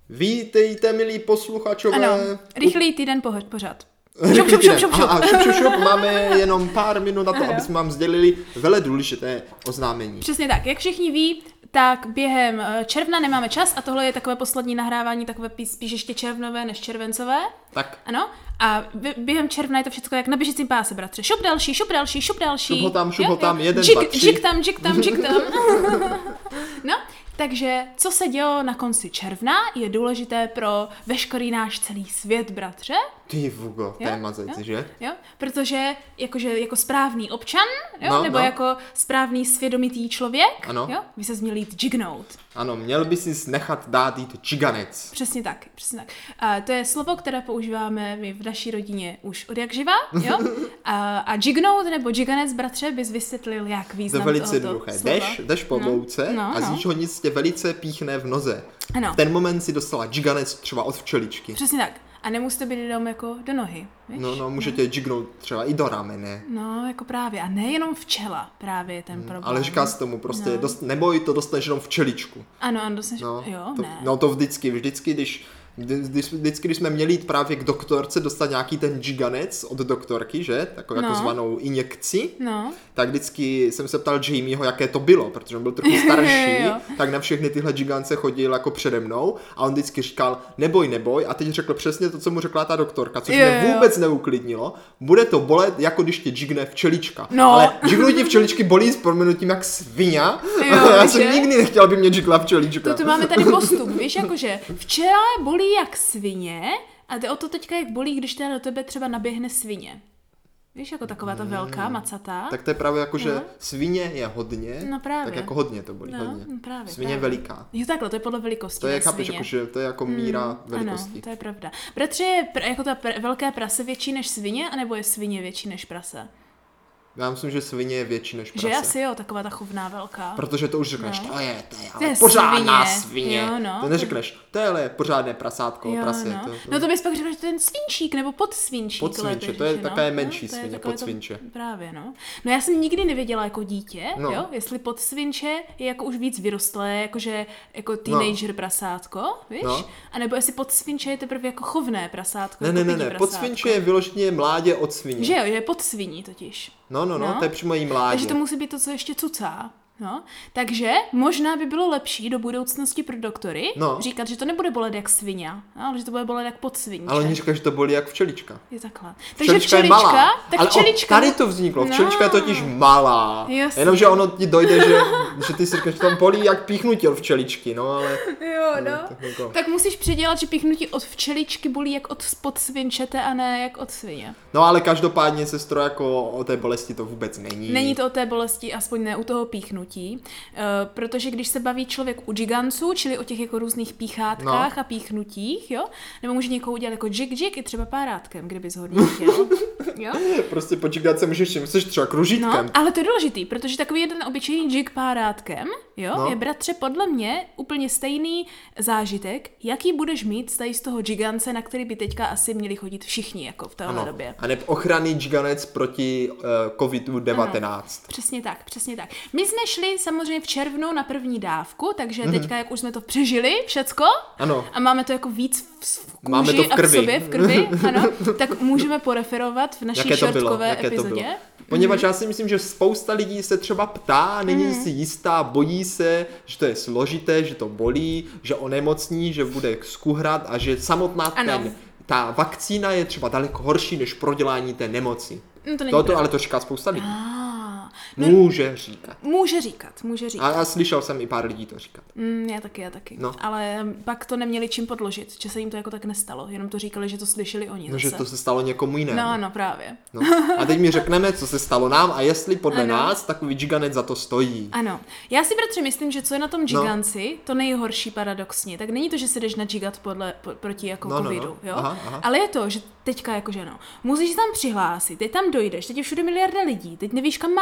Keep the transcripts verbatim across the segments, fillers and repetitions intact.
Vítejte, milí posluchačové. Ano, rychlý týden pohoď, pořád. Šup, šup, šup, šup, šup. Aha, šup, šup, šup. Máme jenom pár minut na to, ano. aby jsme vám sdělili vele důležité oznámení. Přesně tak, jak všichni ví, tak během června nemáme čas a tohle je takové poslední nahrávání, takové spíš ještě červnové než červencové. Tak. Ano, a během června je to všechno jak na běžícím páse, bratře. Šup další, šup další, šup další. Šup ho tam, šup jo, ho tam, jo. jeden, džik, dva, tři. Džik tam, džik tam, džik tam. No, takže co se dělo na konci června je důležité pro veškerý náš celý svět, bratře. Ty vugo, téma zajci, že? Jo, protože jakože jako správný občan, jo, no, nebo no. jako správný svědomitý člověk, ano. Jo, by se měl jít džignout. Ano, měl by si nechat dát jít džiganec. Přesně tak, přesně tak. A to je slovo, které používáme my v naší rodině už od jak živa, jo? A, a džignout nebo džiganec, bratře, bys vysvětlil, jak význam tohoto slova. To je velice jednoduché. Jdeš, jdeš po louce no, a no. z ničeho nic tě velice píchne v noze. Ano. V ten moment si dostala džiganec třeba od včeličky. Přesně tak. A nemusíte být jenom jako do nohy, víš? No, no, můžete no. džignout třeba i do ramene. No, jako právě. A nejenom včela právě je ten hmm, problém. Ale říká se tomu prostě, no. dost, neboj, to dostaneš jenom včeličku. Ano, ano, dostaneš, no, jo, to, ne. No to vždycky, vždycky, když Vždycky, vždycky, když jsme měli jít právě k doktorce dostat nějaký ten džiganec od doktorky, že? Takovou no. jako zvanou injekci. No. Tak vždycky jsem se ptal Jamieho, jaké to bylo, protože on byl trochu starší, tak na všechny tyhle džigance chodil jako přede mnou a on vždycky říkal, neboj, neboj, a teď řekl přesně to, co mu řekla ta doktorka, což jo, mě vůbec jo. neuklidnilo. Bude to bolet, jako když tě džigne včelička. No. Ale džignutí včeličky bolí s prominutím jak svině. Jo, Já jsem že? nikdy nechtěl, aby mě džigla včelička. To tu máme tady postup, víš, jakože včela bolí jak svině a ty o to teďka jak bolí, když teda do tebe třeba naběhne svině. Víš, jako taková ta velká, macatá. Tak to je právě jako, že no. svině je hodně, no právě. tak jako hodně to bolí, no, hodně. Právě, svině je veliká. Jo takhle, to je podle velikosti. To je, chápeš, jako, že to je jako míra mm, velikosti. Ano, to je pravda. Bratře, je pr- jako ta pr- velké prase větší než svině, anebo je svině větší než prase? Já myslím, že svině je větší než prase. Že asi jo, taková ta chovná velká. Protože to už řekneš, no. to je, to je, to je pořádná svině. svině. Jo, no. To neřekneš, to je ale pořádné prasátko, jo, prase. No. To, to... no to bys pak řekl, že to je ten svinčík nebo podsvinčík. Podsvinče, to je no? takové menší no, svině, podsvinče. To, právě, no. No já jsem nikdy nevěděla jako dítě, no. jo, jestli podsvinče je jako už víc vyrostlé, jakože jako teenager no. prasátko, víš? No. A nebo jestli podsvinče je teprve jako chovné prasátko. Ne, jako ne, ne, ne, podsvinče je vyloženě mládě od svině. Že jo, že je podsviní totiž. No, no, no, no, to je přímo jí mládě. Takže to musí být to, co ještě cucá. No, takže možná by bylo lepší do budoucnosti pro doktory no. říkat, že to nebude bolet jak svině, ale že to bude bolet jak podsvinče. Ale oni říkají, že to bolí jak včelička. Je takhle. Takže včelička, je malá. tak ale včelička. Ale tady to vzniklo. Včelička no. je totiž malá. Jasně. Jenomže ono ti dojde, že, že ty si řekneš, že tam bolí jak píchnutí od včeličky, no ale... Jo, no. Tak, jako... tak musíš předělat, že píchnutí od včeličky bolí jak od podsvinčete a ne jak od svině. No ale každopádně, sestro, jako o té bolesti to vůbec není. Není to o té bolesti, aspoň ne u toho píchnutí. Uh, protože když se baví člověk u džiganců, čili o těch jako různých píchátkách no. a píchnutích, jo, nebo může někoho udělat jako džik džik i třeba párátkem, kdyby zhodně chtěl. Jo? Prostě po džiganci můžeš myslíš třeba kružítkem. No, ale to je důležitý, protože takový jeden obyčejný džik párátkem, jo, no. je bratře podle mě úplně stejný zážitek, jaký budeš mít tady z toho džigance, na který by teďka asi měli chodit všichni jako v téhle době. A neb ochranný džiganec proti uh, kovidu devatenáct. Ano, přesně tak, přesně tak. My jsme šli samozřejmě v červnu na první dávku, takže mm-hmm. teďka, jak už jsme to přežili, všecko, ano. a máme to jako víc v, v kůži máme to v krvi. a v sobě, v krvi, ano, tak můžeme poreferovat v naší šortkové epizodě. Poněvadž mm-hmm. já si myslím, že spousta lidí se třeba ptá, není mm-hmm. si jistá, bojí se, že to je složité, že to bolí, že onemocní, že bude skuhrat a že samotná ten, ta vakcína je třeba daleko horší než prodělání té nemoci. No to Toto, ale to říká spousta lidí. Ah, no, může říkat. Může říkat, může říkat. A já slyšel jsem i pár lidí to říkat. Mm, já taky, já taky. No. Ale pak to neměli čím podložit, že se jim to jako tak nestalo, jenom to říkali, že to slyšeli oni. No, zase. že to se stalo někomu jinému. No, no, právě. No. A teď mi řekneme, co se stalo nám a jestli podle ano. nás takový džiganec za to stojí. Ano. Já si, bratře, myslím, že co je na tom džiganci, no. to nejhorší paradoxně, tak není to, že si jdeš na džigat podle, po, proti jako no, covidu, no, no. jo? Aha, aha. Ale je to, že teďka jakože no, musíš tam přihlásit, teď tam dojdeš, teď je všude miliarda lidí, teď nevíš, kam máš jít,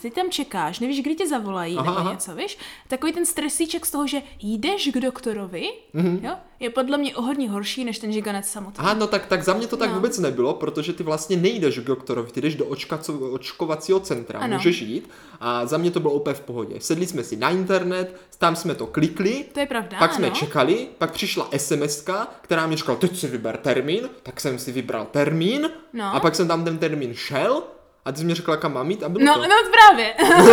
ty tam čekáš, nevíš, kdy tě zavolají, aha, nebo aha. něco, víš? Takový ten stresíček z toho, že jdeš k doktorovi, mm-hmm. jo, je podle mě o hodně horší, než ten žiganec samotný. Aha, no tak, tak za mě to tak no. vůbec nebylo, protože ty vlastně nejdeš k doktorovi, ty jdeš do očkaco- očkovacího centra, ano. můžeš jít a za mě to bylo úplně v pohodě. Sedli jsme si na internet, tam jsme to klikli, to je pravda, pak ano. jsme čekali, pak přišla SMSka, která mi říkala, teď si vyber termín, tak jsem si vybral termín no. a pak jsem tam ten termín šel a ty jsi mi řekla, kam mám jít a bylo no, to. No právě.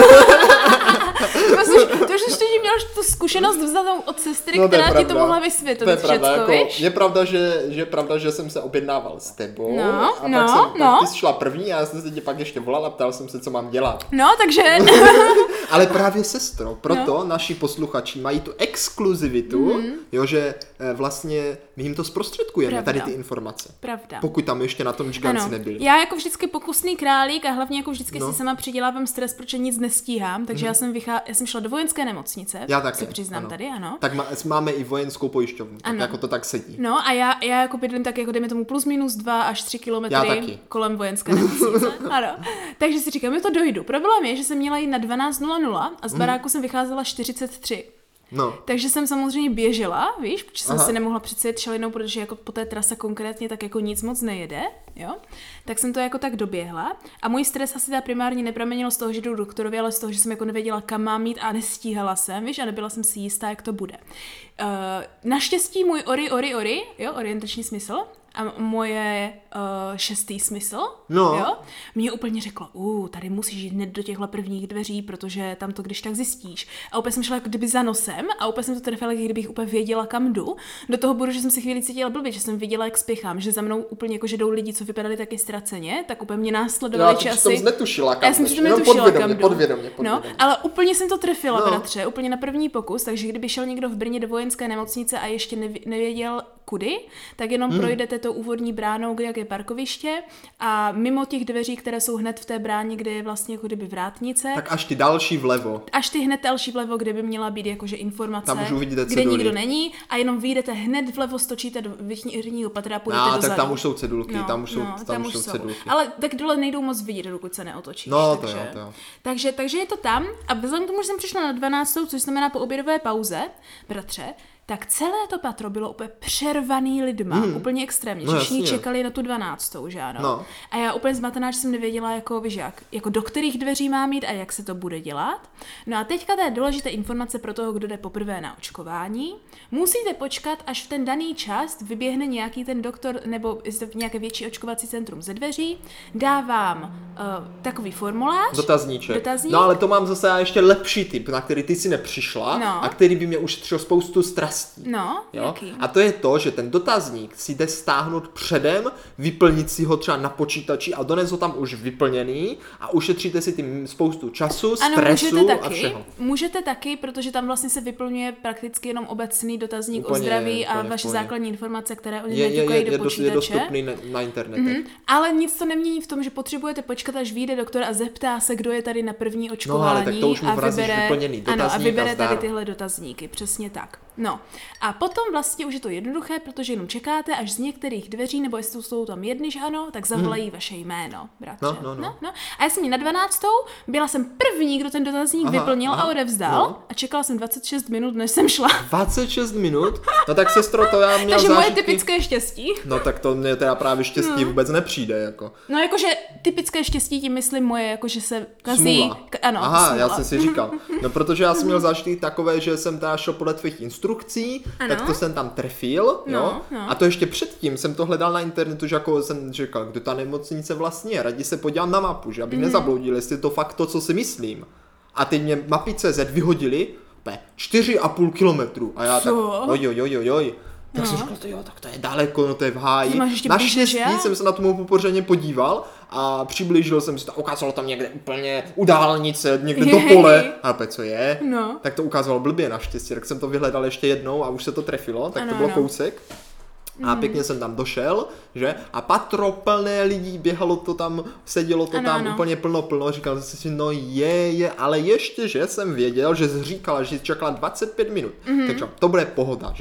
To už jsi měl tu zkušenost vzatou od sestry, no, která ti to mohla vysvětlit všecko, jako, je pravda, že, že pravda, že jsem se objednával s tebou no, a no, pak, jsem, no. pak ty šla první a já jsem se tě pak ještě volala a ptal jsem se, co mám dělat. No, takže... Ale právě sestro, proto no. naši posluchači mají tu exkluzivitu, mm. jo, že vlastně my jim to zprostředkujeme, pravda. Tady ty informace. Pravda. Pokud tam ještě na tom giganci nebyli. Já jako vždycky pokusný králík a hlavně jako vždycky no. si sama přidělávám stres, protože nic nestíhám, takže mm. já jsem vychá... já jsem šla do vojenské nemocnice, já také, se přiznám ano. tady, ano. Tak má, máme i vojenskou pojišťovnu, tak jako to tak sedí. No a já, já jako bydlím tak jako dejme tomu plus minus dva až tři kilometry kolem vojenské nemocnice. Ano. Takže si říkám, že to dojdu. Problém je, že jsem měla jít na dvanáct nula nula a z baráku mm. jsem vycházela čtyřicet tři. No. Takže jsem samozřejmě běžela, víš, protože jsem Aha. si nemohla přece jet šelinou, protože jako po té trase konkrétně tak jako nic moc nejede, jo. Tak jsem to jako tak doběhla a můj stres asi teda primárně nepramenil z toho, že jdu k doktorovi, ale z toho, že jsem jako nevěděla, kam mám jít a nestíhala jsem, víš, a nebyla jsem si jistá, jak to bude. Uh, naštěstí můj ori, ori, ori, jo, orientační smysl, a moje uh, šestý smysl, no. jo, mě úplně řeklo, uh, tady musíš jít hned do těchhle prvních dveří, protože tam to když tak zjistíš. A úplně jsem šla jako kdyby za nosem a úplně jsem to trefila, jak kdybych úplně věděla, kam jdu. Do toho budu, že jsem si chvíli cítila blbě, že jsem viděla, jak spěchám, že za mnou úplně jako, že jdou lidi, co vypadali taky ztraceně, tak úplně mě následovali časy. Já jsem netušila, kam Já jsem přitom netušila, podvědomě, kam jdu. Podvědomě, podvědomě. No, ale úplně jsem to trefila, no. bratře, úplně na první pokus, takže kdyby šel někdo v Brně do vojenské nemocnice a ještě nevěděl kudy, tak jenom hmm. projdete tou úvodní bránou, kde jak je parkoviště a mimo těch dveří, které jsou hned v té bráně, kde je vlastně jako kdyby vrátnice. Tak až ty další vlevo. Až ty hned další vlevo, kde by měla být jakože informace, tam už uvidíte kde nikdo není a jenom vyjdete hned vlevo, stočíte do vrchního patra a půjdete no, dozadu. tak tam už jsou cedulky, no, tam už jsou, no, tam tam už jsou, jsou cedulky. Ale tak dole nejdou moc vidět, dokud se neotočíš. No, takže, to jo, to jo. Takže, takže je to tam a vzhledem k tomu, že jsem přišla na dvanáctou, což znamená po obědové pauze, bratře, tak celé to patro bylo úplně přervaný lidma, hmm. úplně extrémně. No, všichni čekali na tu dvanáctou, že ano. No. A já úplně zmatená, že jsem nevěděla, jako, víš, jak, jako do kterých dveří mám jít a jak se to bude dělat. No a teďka to je důležité informace pro toho, kdo jde poprvé na očkování. Musíte počkat, až v ten daný čas vyběhne nějaký ten doktor nebo nějaké větší očkovací centrum ze dveří, dá vám uh, takový formulář. Dotazníček. Dotazník. No ale to mám zase ještě lepší tip, na který ty si nepřišla no. a který by mě ušetřil spoustu strastí. No, jo? Jaký? A to je to, že ten dotazník si jde stáhnout předem, vyplnit si ho třeba na počítači a dones ho tam už vyplněný a ušetříte si tím spoustu času, ano, stresu můžete a taky, všeho. Můžete taky, protože tam vlastně se vyplňuje prakticky jenom obecný dotazník úplně, o zdraví a vaše úplně. základní informace, které oni neťukají do je, počítače. Je dostupný na, na internetu. Mm-hmm. Ale nic to nemění v tom, že potřebujete počkat, až vyjde doktor a zeptá se, kdo je tady na první očkování. No ale tak to už mu a vybere, vyplněný dotazník ano, a vybere a tady tyhle dotazníky, přesně tak. No a potom vlastně už je to jednoduché, protože jenom čekáte, až z některých dveří, nebo jestli jsou tam jedny, že ano, tak zavolají hmm. vaše jméno, bratře. No, no, no. No, no. A já jsem na dvanáctou, byla jsem první, kdo ten dotazník aha, vyplnil aha, a odevzdal no. a čekala jsem dvacet šest minut, než jsem šla. dvacet šest minut? No tak sestro, to já měl Takže zážitky. moje typické štěstí. No tak to mě teda právě štěstí no. vůbec nepřijde, jako. No jakože typické štěstí, tím myslím moje, jakože se kazí. K- ano, aha, smula. Já jsem si říkal. No protože já jsem měl zážitky takové, že jsem teda šel podle tvých instrukcí, ano. tak to jsem tam trefil, no, jo. No. A to ještě předtím jsem to hledal na internetu, že jako jsem říkal, kde ta nemocnice vlastně je, raději se podívám na mapu, že abych mm. nezabloudil, jestli je to fakt to, co si myslím. A teď mě mapy tečka cé zet vyhodili čtyři a půl kilometru a já co? tak ojojojojoj. Tak no. jsem říkal, to jo, tak to je daleko, no to je v háji. Naštěstí jsem se na tu mapu pořádně podíval a přiblížil jsem si to, ukázalo tam někde úplně u dálnice, někde do pole. A opět co je? No. Tak to ukázalo blbě naštěstí, tak jsem to vyhledal ještě jednou a už se to trefilo, tak ano, to bylo no. kousek. A pěkně jsem tam došel, že? A patro plné lidí, běhalo to tam, sedělo to ano, tam ano. úplně plno plno, říkal jsem si, no je, je, ale ještě, že jsem věděl, že jsi říkala, že jsi čekala dvacet pět minut, mm-hmm. takže to bude pohoda, že?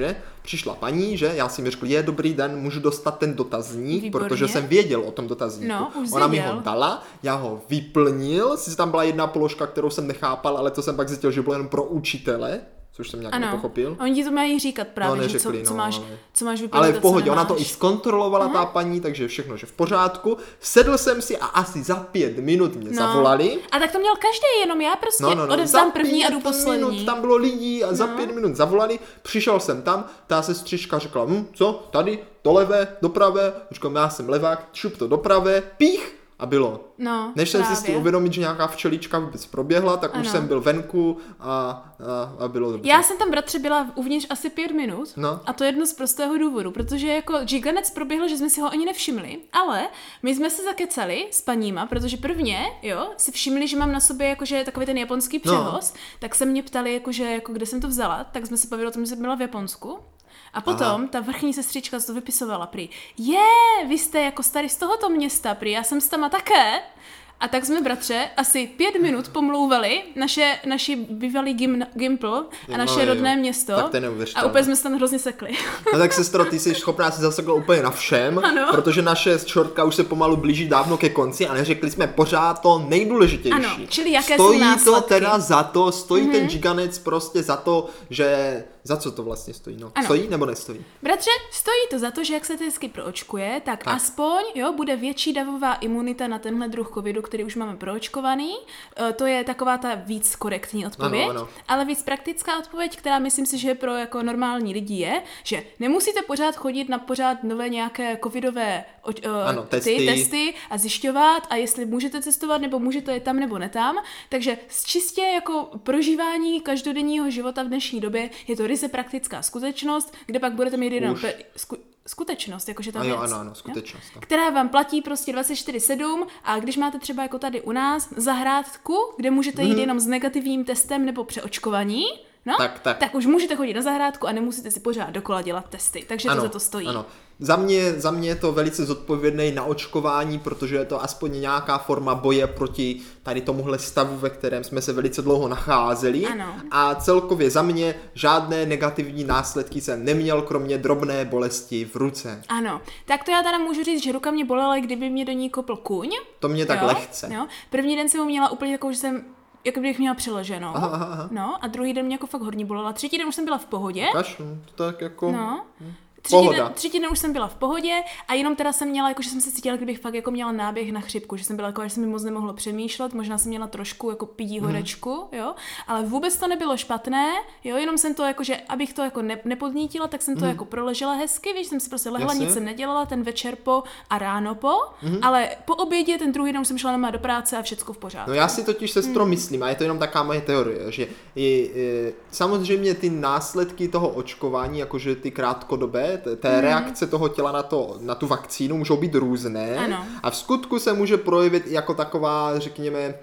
přišla paní, že já jsem mi řekl, je dobrý den, můžu dostat ten dotazník, Výborně. protože jsem věděl o tom dotazníku. No, už Ona mi věděl. ho dala, já ho vyplnil, sice tam byla jedna položka, kterou jsem nechápal, ale to jsem pak zjistil, že bylo jenom pro učitele, což jsem nějak ano. nepochopil. Oni ti to mají říkat právě, no, že co, neřekli, co, no, máš, ale... co máš vyplnit. Ale v pohodě, ona to i zkontrolovala Aha. ta paní, takže všechno, že v pořádku. Sedl jsem si a asi za pět minut mě no. zavolali. A tak to měl každý, jenom já prostě no, no, no. odevzdám první a jdu poslední. Minut, tam bylo lidí a no. za pět minut zavolali. Přišel jsem tam, ta sestřička řekla, hm, co, tady, do levé, do pravé. Říkám, já jsem levák, šup to do pravé, pích. A bylo. No, Než jsem právě. si s uvědomit, že nějaká včelička vůbec proběhla, tak ano. už jsem byl venku a, a, a bylo dobře. Já jsem tam, bratře, byla uvnitř asi pět minut no. a to jedno z prostého důvodu, protože jako giganec proběhl, že jsme si ho ani nevšimli, ale my jsme se zakecali s paníma, protože prvně, jo, si všimli, že mám na sobě jakože takový ten japonský přehoz, no. tak se mě ptali, jakože, jako kde jsem to vzala, tak jsme se bavili o tom, že jsem byla v Japonsku. A potom Aha. ta vrchní sestřička to vypisovala prý. Je, vy jste jako starý z tohoto města, prý, já jsem s tama také. A tak jsme, bratře, asi pět minut pomlouvali naše, naši bývalý gim, Gimpl a naše no, rodné město. Tak to je neuvěřitelné. A úplně jsme se tam hrozně sekli. No tak sestro, ty jsi schopná si zasekla úplně na všem, ano. protože naše šortka už se pomalu blíží dávno ke konci a neřekli jsme pořád to nejdůležitější. Ano, čili jaké stojí jsou následky. to teda za to, stojí mm-hmm. ten giganec prostě za to, že... Za co to vlastně stojí? No, ano. Stojí nebo nestojí? Bratře, stojí to za to, že jak se to hezky proočkuje, tak, tak aspoň jo, bude větší davová imunita na tenhle druh covidu, který už máme proočkovaný. E, to je taková ta víc korektní odpověď, ano, ano. ale víc praktická odpověď, která myslím si, že je pro jako normální lidi je, že nemusíte pořád chodit na pořád nové nějaké covidové o, o, ano, testy. Ty, testy a zjišťovat a jestli můžete cestovat nebo můžete je tam nebo netam. Takže z čistě jako prožívání každodenního života v dnešní době je to ryze praktická skutečnost, kde pak budete mít jenom pe- sku- skutečnost, jakože ta a věc, jo, ano, ano, skutečnost, jo? Která vám platí prostě dvacet čtyři sedm a když máte třeba jako tady u nás zahrádku, kde můžete jít mm-hmm. jenom s negativním testem nebo přeočkovaní, no, tak, tak. tak už můžete chodit na zahrádku a nemusíte si pořád dokola dělat testy, takže ano, to za to stojí. Ano. Za mě, za mě je to velice zodpovědné na očkování, protože je to aspoň nějaká forma boje proti tady tomuhle stavu, ve kterém jsme se velice dlouho nacházeli. Ano. A celkově za mě žádné negativní následky jsem neměl, kromě drobné bolesti v ruce. Ano, tak to já teda můžu říct, že ruka mě bolela, kdyby mě do ní kopl kůň. To mě tak jo? lehce. Jo? První den jsem ho měla úplně takovou, že jsem jako bych měla přileženou. Aha, aha. No, a druhý den mě jako fakt hodně bolela. Třetí den už jsem byla v pohodě. Kaž, to tak jako... No. Třetí den, třetí den už jsem byla v pohodě a jenom teda jsem měla, jako, že jsem se cítila, kdybych fakt jako měla náběh na chřipku, že jsem byla jako, že se mi moc nemohlo přemýšlet, možná jsem měla trošku jako pidí horečku, hmm. jo, ale vůbec to nebylo špatné, jo, jenom jsem to jako, že abych to jako ne, nepodnítila, tak jsem to hmm. jako proležela hezky, víš, jsem si prostě lehla, Jasně. nic jsem nedělala, ten večer po a ráno po, hmm. ale po obědě ten druhý den už jsem šla normálně do práce a všecko v pořádku. No já si totiž sestro hmm. myslím, a je to jenom taková moje teorie, že je, je, samozřejmě ty následky toho očkování, jakože ty krátkodobé, té, té hmm. reakce toho těla na, to, na tu vakcínu můžou být různé ano. a v skutku se může projevit jako taková, řekněme,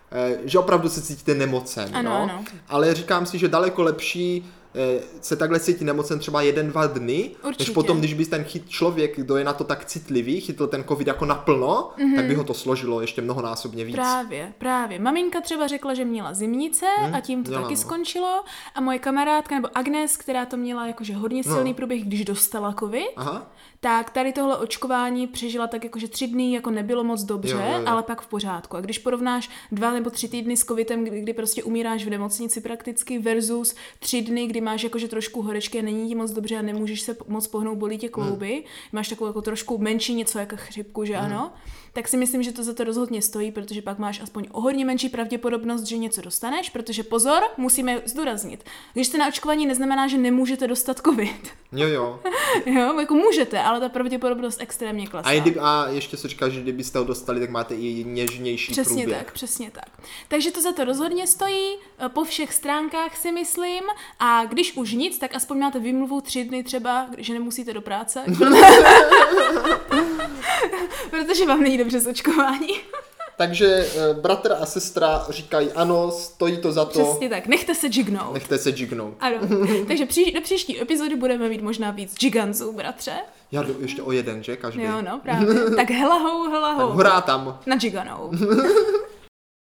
že opravdu se cítíte nemocen, ano, no? ano. Ale říkám si, že daleko lepší se takhle cítí nemocen třeba jeden, dva dny, Určitě. než potom, když by ten chyt člověk, kdo je na to tak citlivý, chytl ten covid jako naplno, mm-hmm. tak by ho to složilo ještě mnohonásobně víc. Právě, právě. Maminka třeba řekla, že měla zimnice hmm, a tím to měla, taky no. skončilo a moje kamarádka nebo Agnes, která to měla jakože hodně silný no. průběh, když dostala covid, Aha. tak tady tohle očkování přežila tak jakože tři dny jako nebylo moc dobře, jo, jo, jo. ale pak v pořádku. A když porovnáš dva nebo tři týdny s covidem, kdy, kdy prostě umíráš v nemocnici prakticky versus tři dny, kdy máš jakože trošku horečky a není ti moc dobře a nemůžeš se moc pohnout, bolí tě klouby, hmm. máš takovou jako trošku menší něco jako chřipku, že hmm. ano, tak si myslím, že to za to rozhodně stojí, protože pak máš aspoň o hodně menší pravděpodobnost, že něco dostaneš, protože pozor, musíme zdůraznit. Když jste na očkování, neznamená, že nemůžete dostat covid. Jo, jo. Jo, jako můžete, ale ta pravděpodobnost extrémně klesá. A, kdyby, a ještě se říká, že kdybyste ho dostali, tak máte i něžnější přesně průběh. Tak, přesně tak. Takže to za to rozhodně stojí, po všech stránkách si myslím, a když už nic, tak aspoň máte výmluvu tři dny třeba, že nemusíte do práce. Protože vám není dobře s očkování. Takže bratr a sestra říkají ano, stojí to za to. Přesně tak, nechte se jignout. Nechte se jignout. Ano, takže pří, do příští epizody budeme mít možná víc giganců, bratře. Já jdu ještě o jeden, že? Každý. Jo, no, právě. Tak hela hou, hela hou. Tak hurá tam. Na giganou.